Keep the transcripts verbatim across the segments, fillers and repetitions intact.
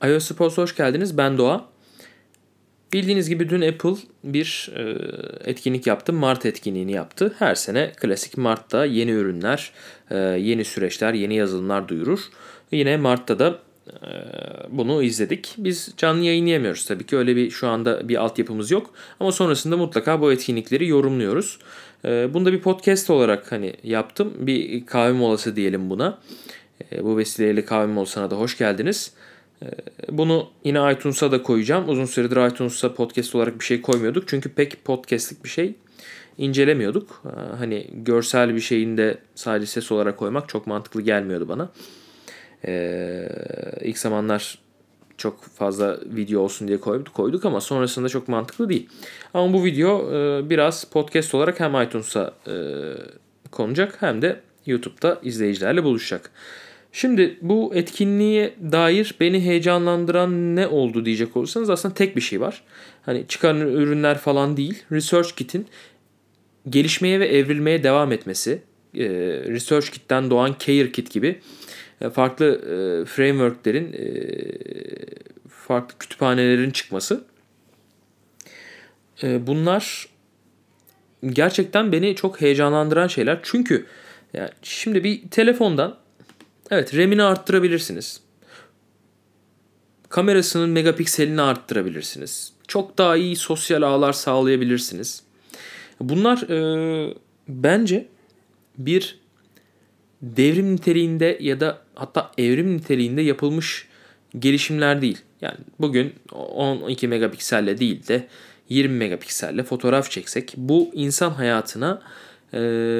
iOS Sports'a hoş geldiniz. Ben Doğa. Bildiğiniz gibi dün Apple bir e, etkinlik yaptı. Mart etkinliğini yaptı. Her sene klasik Mart'ta yeni ürünler, e, yeni süreçler, yeni yazılımlar duyurur. Yine Mart'ta da e, bunu izledik. Biz canlı yayınlayamıyoruz tabii ki. Öyle bir şu anda bir altyapımız yok. Ama sonrasında mutlaka bu etkinlikleri yorumluyoruz. E, bunu da bir podcast olarak hani yaptım. Bir kahve molası diyelim buna. E, bu vesileyle kahve molasına da hoş geldiniz. Bunu yine iTunes'a da koyacağım. Uzun süredir iTunes'a podcast olarak bir şey koymuyorduk. Çünkü pek podcast'lik bir şey incelemiyorduk. Hani görsel bir şeyin de sadece ses olarak koymak çok mantıklı gelmiyordu bana. Ee, ilk zamanlar çok fazla video olsun diye koyduk, koyduk ama sonrasında çok mantıklı değil. Ama bu video e, biraz podcast olarak hem iTunes'a e, konacak hem de YouTube'da izleyicilerle buluşacak. Şimdi bu etkinliğe dair beni heyecanlandıran ne oldu diyecek olursanız aslında tek bir şey var. Hani çıkan ürünler falan değil. ResearchKit'in gelişmeye ve evrilmeye devam etmesi. E, ResearchKit'ten doğan CareKit gibi farklı e, frameworklerin, e, farklı kütüphanelerin çıkması. E, bunlar gerçekten beni çok heyecanlandıran şeyler. Çünkü yani şimdi bir telefondan evet RAM'ini arttırabilirsiniz. Kamerasının megapikselini arttırabilirsiniz. Çok daha iyi sosyal ağlar sağlayabilirsiniz. Bunlar e, bence bir devrim niteliğinde ya da hatta evrim niteliğinde yapılmış gelişimler değil. Yani bugün on iki megapikselle değil de yirmi megapikselle fotoğraf çeksek bu insan hayatına e,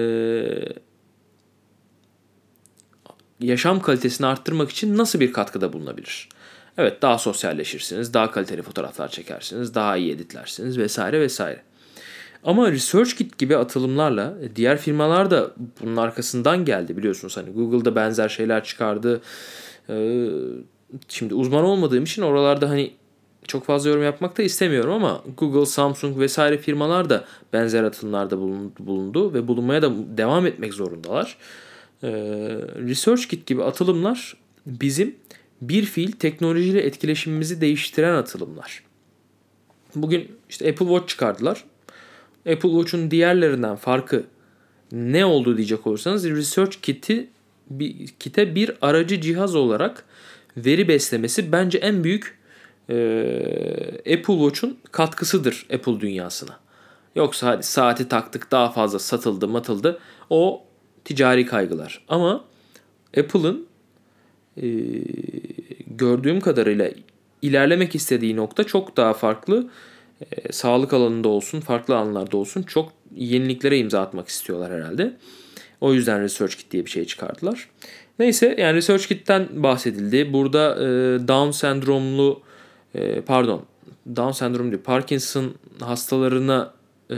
yaşam kalitesini arttırmak için nasıl bir katkıda bulunabilir? Evet, daha sosyalleşirsiniz, daha kaliteli fotoğraflar çekersiniz, daha iyi editlersiniz vesaire vesaire. Ama ResearchKit gibi atılımlarla diğer firmalar da bunun arkasından geldi biliyorsunuz. Hani Google'da benzer şeyler çıkardı. Ee, şimdi uzman olmadığım için oralarda hani çok fazla yorum yapmak da istemiyorum ama Google, Samsung vesaire firmalar da benzer atılımlarda bulundu ve bulunmaya da devam etmek zorundalar. Ee, ResearchKit gibi atılımlar bizim bir fiil teknolojiyle etkileşimimizi değiştiren atılımlar. Bugün işte Apple Watch çıkardılar. Apple Watch'un diğerlerinden farkı ne oldu diyecek olursanız ResearchKit'i bir kite bir aracı cihaz olarak veri beslemesi bence en büyük e, Apple Watch'un katkısıdır Apple dünyasına. Yoksa hadi saati taktık daha fazla satıldı matıldı o ticari kaygılar. Ama Apple'ın e, gördüğüm kadarıyla ilerlemek istediği nokta çok daha farklı. E, sağlık alanında olsun, farklı alanlarda olsun çok yeniliklere imza atmak istiyorlar herhalde. O yüzden ResearchKit diye bir şey çıkardılar. Neyse yani ResearchKit'ten bahsedildi. Burada e, Down sendromlu e, pardon Down sendromu değil Parkinson hastalarına e,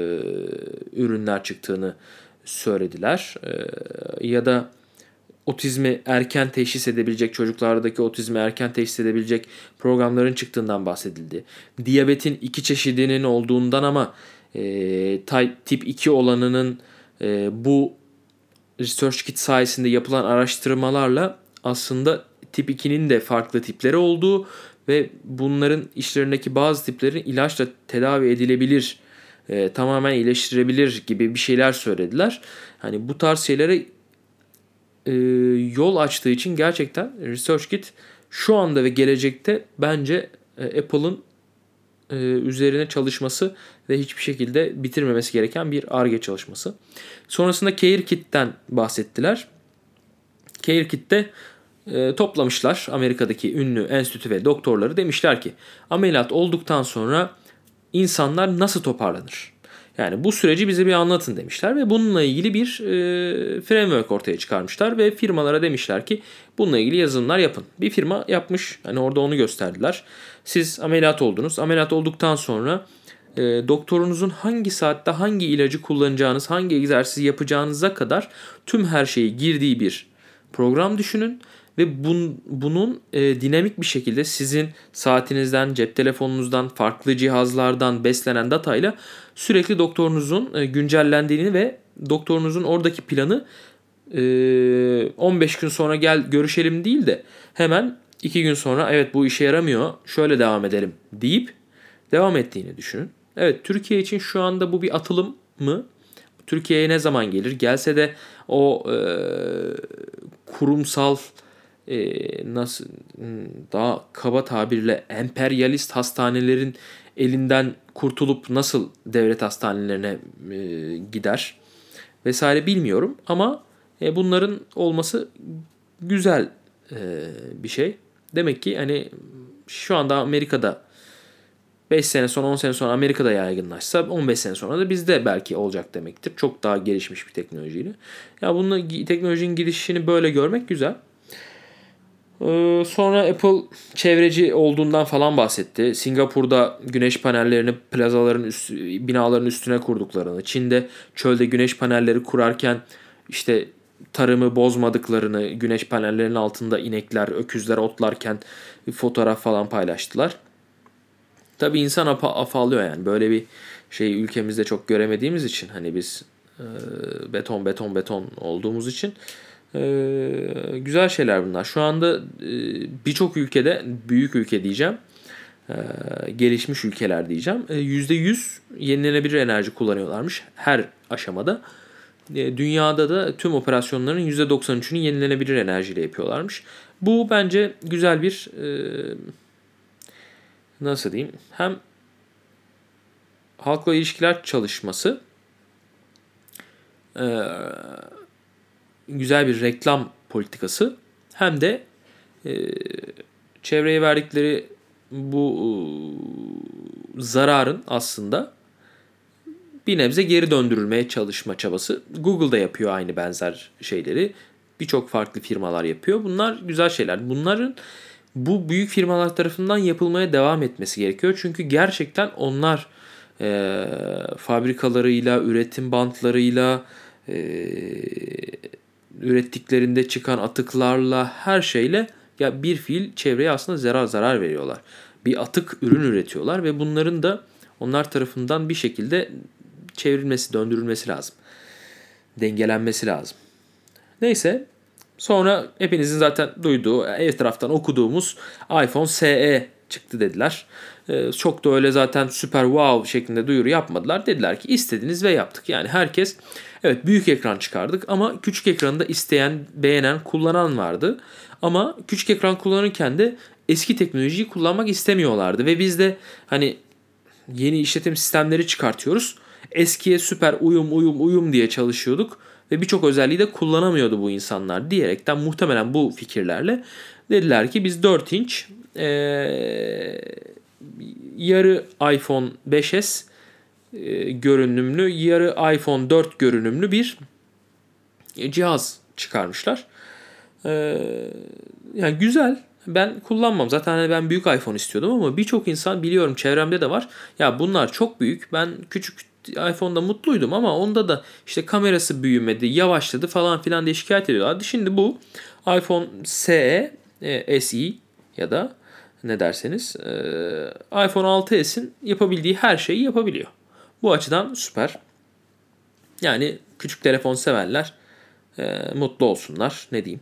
ürünler çıktığını söylediler. E, ya da otizmi erken teşhis edebilecek, çocuklardaki otizmi erken teşhis edebilecek programların çıktığından bahsedildi. Diyabetin iki çeşidinin olduğundan ama e, type, tip iki olanının e, bu ResearchKit sayesinde yapılan araştırmalarla aslında tip ikinin de farklı tipleri olduğu ve bunların içlerindeki bazı tiplerin ilaçla tedavi edilebilir, e, tamamen iyileştirebilir gibi bir şeyler söylediler. Hani bu tarz şeylere e, yol açtığı için gerçekten ResearchKit şu anda ve gelecekte bence e, Apple'ın e, üzerine çalışması ve hiçbir şekilde bitirmemesi gereken bir Ar-Ge çalışması. Sonrasında CareKit'ten bahsettiler. CareKit'te e, toplamışlar Amerika'daki ünlü enstitü ve doktorları, demişler ki ameliyat olduktan sonra insanlar nasıl toparlanır? Yani bu süreci bize bir anlatın demişler ve bununla ilgili bir e, framework ortaya çıkarmışlar ve firmalara demişler ki bununla ilgili yazılımlar yapın. Bir firma yapmış, hani orada onu gösterdiler. Siz ameliyat oldunuz. Ameliyat olduktan sonra e, doktorunuzun hangi saatte hangi ilacı kullanacağınız, hangi egzersizi yapacağınıza kadar tüm her şeyi girdiği bir program düşünün. Ve bun, bunun e, dinamik bir şekilde sizin saatinizden, cep telefonunuzdan, farklı cihazlardan beslenen datayla sürekli doktorunuzun e, güncellendiğini ve doktorunuzun oradaki planı e, on beş gün sonra gel görüşelim değil de hemen iki gün sonra evet bu işe yaramıyor, şöyle devam edelim deyip devam ettiğini düşünün. Evet, Türkiye için şu anda bu bir atılım mı? Türkiye'ye ne zaman gelir? Gelse de o e, kurumsal e, nasıl daha kaba tabirle emperyalist hastanelerin elinden kurtulup nasıl devlet hastanelerine e, gider vesaire bilmiyorum ama e, bunların olması güzel e, bir şey. Demek ki hani şu anda Amerika'da beş sene sonra on sene sonra Amerika'da yaygınlaşsa on beş sene sonra da bizde belki olacak demektir. Çok daha gelişmiş bir teknolojiyle. Ya bunun teknolojinin gelişini böyle görmek güzel. Ee, sonra Apple çevreci olduğundan falan bahsetti. Singapur'da güneş panellerini plazaların üst, binaların üstüne kurduklarını, Çin'de çölde güneş panelleri kurarken işte tarımı bozmadıklarını, güneş panellerinin altında inekler, öküzler otlarken bir fotoğraf falan paylaştılar. Tabii insan apa, afallıyor yani. Böyle bir şey ülkemizde çok göremediğimiz için hani biz e, beton beton beton olduğumuz için e, güzel şeyler bunlar. Şu anda e, birçok ülkede, büyük ülke diyeceğim, e, gelişmiş ülkeler diyeceğim, e, yüzde yüz yenilenebilir enerji kullanıyorlarmış her aşamada. E, dünyada da tüm operasyonların yüzde doksan üçünü yenilenebilir enerjiyle yapıyorlarmış. Bu bence güzel bir e, nasıl diyeyim, hem halkla ilişkiler çalışması, e, güzel bir reklam politikası, hem de e, çevreye verdikleri bu e, zararın aslında bir nebze geri döndürülmeye çalışma çabası. Google da yapıyor aynı benzer şeyleri. Birçok farklı firmalar yapıyor. Bunlar güzel şeyler. Bunların bu büyük firmalar tarafından yapılmaya devam etmesi gerekiyor. Çünkü gerçekten onlar e, fabrikalarıyla, üretim bantlarıyla, e, ürettiklerinde çıkan atıklarla, her şeyle ya bir fiil çevreye aslında zarar zarar veriyorlar. Bir atık ürün üretiyorlar ve bunların da onlar tarafından bir şekilde çevrilmesi, döndürülmesi lazım. Dengelenmesi lazım. Neyse, sonra hepinizin zaten duyduğu, etraftan okuduğumuz iPhone S E çıktı dediler. Ee, çok da öyle zaten süper wow şeklinde duyuru yapmadılar. Dediler ki istediniz ve yaptık. Yani herkes evet büyük ekran çıkardık ama küçük ekranı da isteyen, beğenen, kullanan vardı. Ama küçük ekran kullanırken de eski teknolojiyi kullanmak istemiyorlardı. Ve biz de hani yeni işletim sistemleri çıkartıyoruz. Eskiye süper uyum uyum uyum diye çalışıyorduk. Ve birçok özelliği de kullanamıyordu bu insanlar diyerekten muhtemelen bu fikirlerle dediler ki biz dört inç ee, yarı iPhone beş S e, görünümlü, yarı iPhone dört görünümlü bir cihaz çıkarmışlar. Ee, yani güzel. Ben kullanmam. Zaten hani ben büyük iPhone istiyordum ama birçok insan biliyorum çevremde de var. Ya bunlar çok büyük. Ben küçük iPhone'da mutluydum ama onda da işte kamerası büyümedi, yavaşladı falan filan diye şikayet ediyorlardı. Şimdi bu iPhone S E, e, S E ya da ne derseniz e, iPhone altı S'in yapabildiği her şeyi yapabiliyor. Bu açıdan süper. Yani küçük telefon severler e, mutlu olsunlar. Ne diyeyim.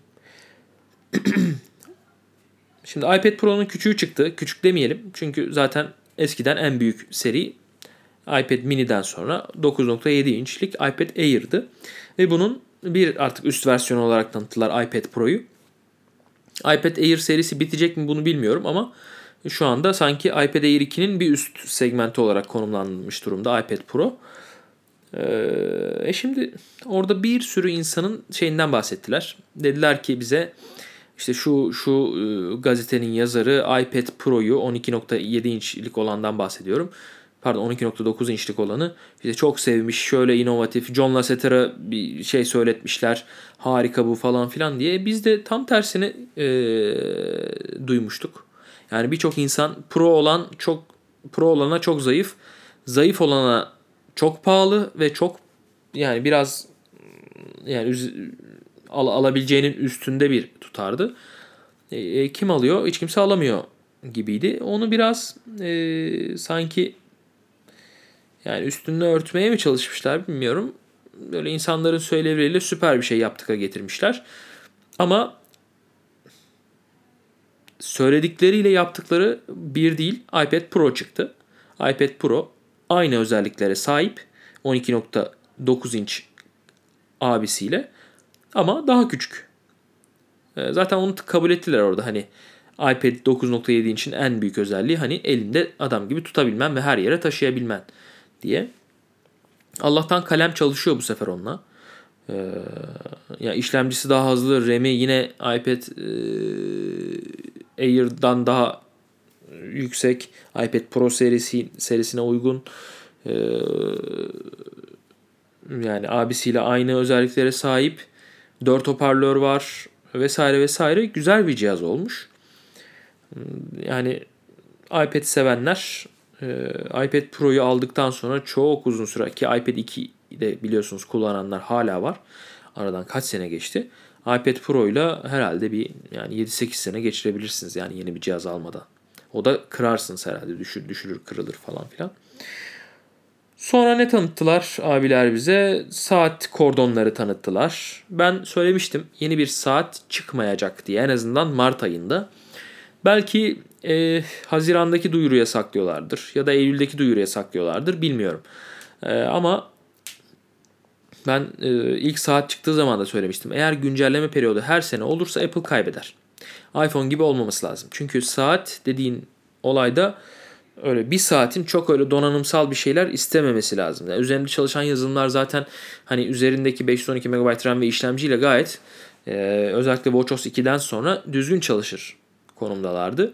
Şimdi iPad Pro'nun küçüğü çıktı. Küçük demeyelim. Çünkü zaten eskiden en büyük seri iPad mini'den sonra dokuz nokta yedi inçlik iPad Air'dı. Ve bunun bir artık üst versiyonu olarak tanıttılar iPad Pro'yu. iPad Air serisi bitecek mi bunu bilmiyorum ama şu anda sanki iPad Air ikinin bir üst segmenti olarak konumlanmış durumda iPad Pro. Ee, e şimdi orada bir sürü insanın şeyinden bahsettiler. Dediler ki bize işte şu şu e, gazetenin yazarı iPad Pro'yu on iki nokta yedi inçlik olandan bahsediyorum. Pardon on iki nokta dokuz inçlik olanı işte çok sevmiş, şöyle inovatif, John Lasseter'a bir şey söyletmişler, harika bu falan filan diye. Biz de tam tersini e, duymuştuk. Yani birçok insan pro olan çok pro olana çok zayıf, zayıf olana çok pahalı ve çok yani biraz yani üz- al, alabileceğinin üstünde bir tutardı. E, kim alıyor? Hiç kimse alamıyor gibiydi. Onu biraz e, sanki yani üstünü örtmeye mi çalışmışlar bilmiyorum. Böyle insanların söylevleriyle süper bir şey yaptık'a getirmişler. Ama söyledikleriyle yaptıkları bir değil. iPad Pro çıktı. iPad Pro aynı özelliklere sahip. on iki nokta dokuz inç abisiyle ama daha küçük. Zaten onu kabul ettiler orada, hani iPad dokuz nokta yedi inç'in en büyük özelliği hani elinde adam gibi tutabilmen ve her yere taşıyabilmen diye. Allah'tan kalem çalışıyor bu sefer onunla. Ee, ya işlemcisi daha hızlı, RAM'i yine iPad e, Air'dan daha yüksek. iPad Pro serisi serisine uygun. Ee, yani abisiyle aynı özelliklere sahip. dört hoparlör var vesaire vesaire. Güzel bir cihaz olmuş. Yani iPad sevenler e, iPad Pro'yu aldıktan sonra çok uzun süre, ki iPad iki de biliyorsunuz kullananlar hala var. Aradan kaç sene geçti. iPad Pro ile herhalde bir yani yedi sekiz sene geçirebilirsiniz yani yeni bir cihaz almadan. O da kırarsınız herhalde. Düşür, düşürür, kırılır falan filan. Sonra ne tanıttılar abiler bize? Saat kordonları tanıttılar. Ben söylemiştim yeni bir saat çıkmayacak diye, en azından Mart ayında. Belki e, Haziran'daki duyuruya saklıyorlardır ya da Eylül'deki duyuruya saklıyorlardır, bilmiyorum. E, ama ben e, ilk saat çıktığı zaman da söylemiştim. Eğer güncelleme periyodu her sene olursa Apple kaybeder. iPhone gibi olmaması lazım. Çünkü saat dediğin olayda öyle bir saatin çok öyle donanımsal bir şeyler istememesi lazım. Yani üzerinde çalışan yazılımlar zaten hani üzerindeki beş yüz on iki megabayt RAM ve işlemciyle gayet e, özellikle watchOS ikiden sonra düzgün çalışır konumdalardı.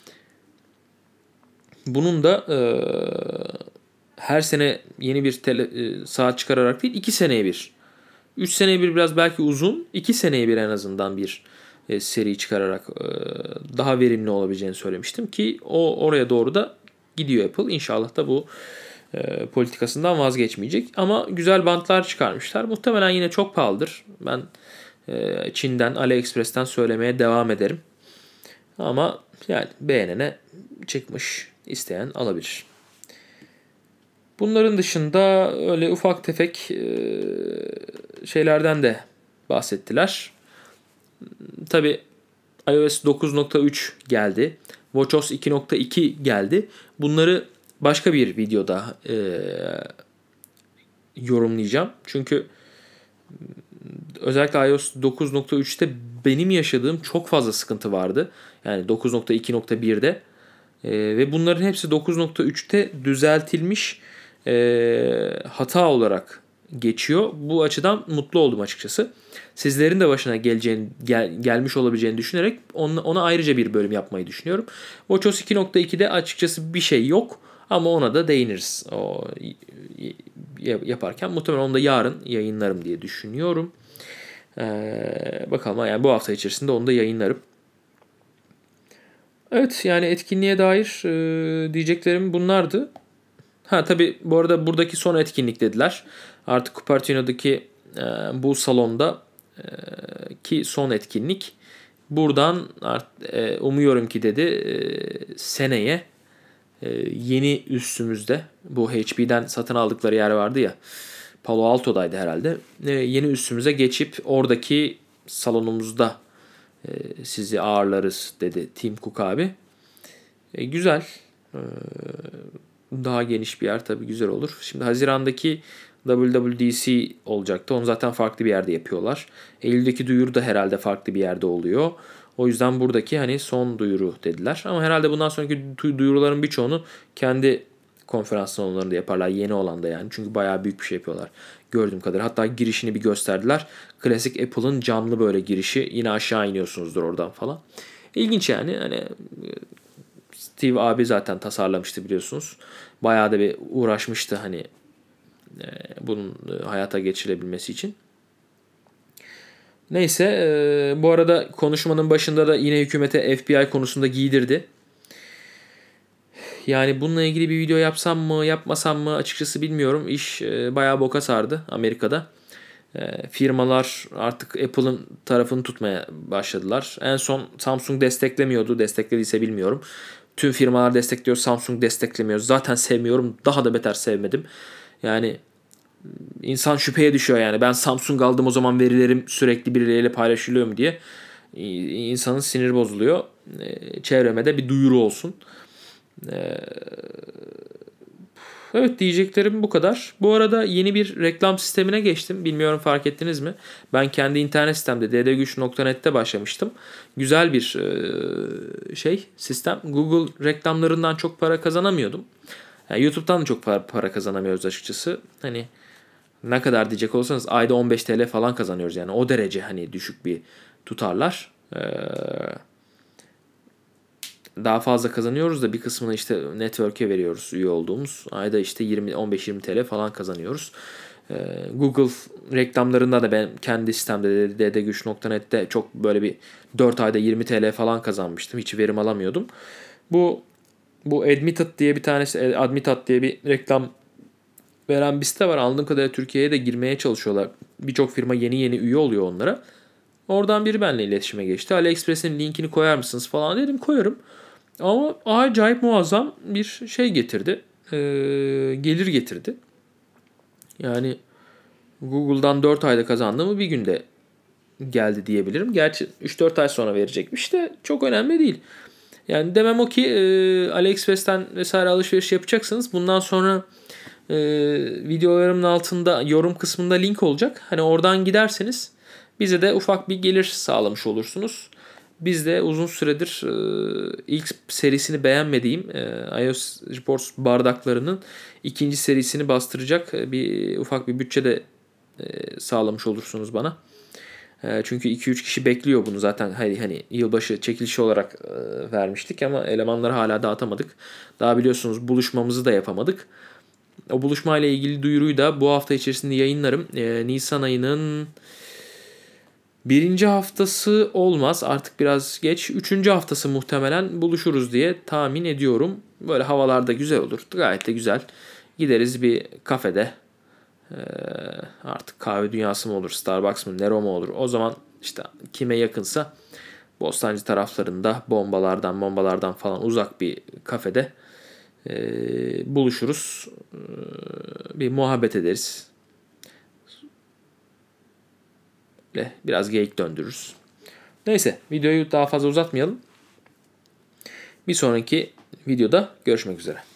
Bunun da e, her sene yeni bir tele, e, saat çıkararak değil, iki seneye bir. üç seneye bir biraz belki uzun, iki seneye bir en azından bir e, seri çıkararak e, daha verimli olabileceğini söylemiştim ki o oraya doğru da gidiyor Apple. İnşallah da bu e, politikasından vazgeçmeyecek. Ama güzel bantlar çıkarmışlar. Muhtemelen yine çok pahalıdır. Ben e, Çin'den, AliExpress'ten söylemeye devam ederim. Ama yani beğenene çıkmış, isteyen alabilir. Bunların dışında öyle ufak tefek şeylerden de bahsettiler. Tabii iOS dokuz nokta üç geldi. watchOS iki nokta iki geldi. Bunları başka bir videoda e, yorumlayacağım. Çünkü özellikle iOS dokuz nokta üçte benim yaşadığım çok fazla sıkıntı vardı. Yani dokuz nokta iki nokta birde e, ve bunların hepsi dokuz nokta üçte düzeltilmiş e, hata olarak geçiyor. Bu açıdan mutlu oldum açıkçası. Sizlerin de başına geleceğini, gel, gelmiş olabileceğini düşünerek ona, ona ayrıca bir bölüm yapmayı düşünüyorum. watchOS iki nokta ikide açıkçası bir şey yok ama ona da değiniriz o yaparken. Muhtemelen onu da yarın yayınlarım diye düşünüyorum. Ee, bakalım yani bu hafta içerisinde onu da yayınlarım. Evet, yani etkinliğe dair e, diyeceklerim bunlardı. Ha tabii bu arada buradaki son etkinlik dediler. Artık Cupertino'daki e, bu salonda e, ki son etkinlik. Buradan art, e, umuyorum ki dedi e, seneye e, yeni üssümüzde, bu H P'den satın aldıkları yer vardı ya, Palo Alto'daydı herhalde. E, yeni üssümüze geçip oradaki salonumuzda e, sizi ağırlarız dedi Tim Cook abi. E, güzel. E, daha geniş bir yer tabii güzel olur. Şimdi Haziran'daki W W D C olacaktı. Onu zaten farklı bir yerde yapıyorlar. Eylül'deki duyuru da herhalde farklı bir yerde oluyor. O yüzden buradaki hani son duyuru dediler. Ama herhalde bundan sonraki duyuruların birçoğunu kendi konferans salonlarında yaparlar. Yeni olan da yani. Çünkü bayağı büyük bir şey yapıyorlar. Gördüğüm kadarıyla. Hatta girişini bir gösterdiler. Klasik Apple'ın camlı böyle girişi. Yine aşağı iniyorsunuzdur oradan falan. İlginç yani. Hani Steve abi zaten tasarlamıştı biliyorsunuz. Bayağı da bir uğraşmıştı hani e, bunun hayata geçirebilmesi için. Neyse e, bu arada konuşmanın başında da yine hükümete F B I konusunda giydirdi. Yani bununla ilgili bir video yapsam mı yapmasam mı açıkçası bilmiyorum. İş e, bayağı boka sardı Amerika'da. E, firmalar artık Apple'ın tarafını tutmaya başladılar. En son Samsung desteklemiyordu. Desteklediyse bilmiyorum. Tüm firmalar destekliyor, Samsung desteklemiyor. Zaten sevmiyorum. Daha da beter sevmedim. Yani insan şüpheye düşüyor yani. Ben Samsung aldım, o zaman verilerim sürekli birileriyle paylaşılıyor mu diye. İnsanın siniri bozuluyor. E, çevreme de bir duyuru olsun. E, Evet, diyeceklerim bu kadar. Bu arada yeni bir reklam sistemine geçtim. Bilmiyorum fark ettiniz mi? Ben kendi internet sitemde d d güç nokta net'te başlamıştım. Güzel bir e, şey sistem. Google reklamlarından çok para kazanamıyordum. Yani YouTube'dan da çok para, para kazanamıyoruz açıkçası. Hani ne kadar diyecek olsanız ayda on beş T L falan kazanıyoruz. Yani o derece hani düşük bir tutarlar. Eee Daha fazla kazanıyoruz da bir kısmını işte network'e veriyoruz üye olduğumuz. Ayda işte yirmi on beş yirmi T L falan kazanıyoruz. Ee, Google reklamlarında da ben kendi sitemde d d güç nokta net'te çok böyle bir dört ayda yirmi T L falan kazanmıştım. Hiç verim alamıyordum. Bu bu Admitted diye bir tanesi Admitted diye bir reklam veren bir site var. Anladığım kadarıyla Türkiye'ye de girmeye çalışıyorlar. Birçok firma yeni yeni üye oluyor onlara. Oradan biri benimle iletişime geçti. AliExpress'in linkini koyar mısınız falan dedim, koyarım. Ama acayip muazzam bir şey getirdi. Ee, gelir getirdi. Yani Google'dan dört ayda kazandığımı bir günde geldi diyebilirim. Gerçi üç dört ay sonra verecekmiş de çok önemli değil. Yani demem o ki e, AliExpress'ten vesaire alışveriş yapacaksınız. Bundan sonra e, videolarımın altında yorum kısmında link olacak. Hani oradan giderseniz bize de ufak bir gelir sağlamış olursunuz. Biz de uzun süredir e, ilk serisini beğenmediğim e, iOS Reports bardaklarının ikinci serisini bastıracak e, bir ufak bir bütçe de e, sağlamış olursunuz bana. E, çünkü iki üç kişi bekliyor bunu zaten, hani, hani yılbaşı çekilişi olarak e, vermiştik ama elemanları hala dağıtamadık. Daha biliyorsunuz buluşmamızı da yapamadık. O buluşmayla ilgili duyuruyu da bu hafta içerisinde yayınlarım. E, Nisan ayının birinci haftası olmaz, artık biraz geç. Üçüncü haftası muhtemelen buluşuruz diye tahmin ediyorum. Böyle havalarda güzel olur. Gayet de güzel. Gideriz bir kafede. Ee, artık kahve dünyası mı olur, Starbucks mı, Nero mu olur? O zaman işte kime yakınsa Bostancı taraflarında bombalardan bombalardan falan uzak bir kafede e, buluşuruz. E, bir muhabbet ederiz. Biraz geyik döndürürüz. Neyse, videoyu daha fazla uzatmayalım. Bir sonraki videoda görüşmek üzere.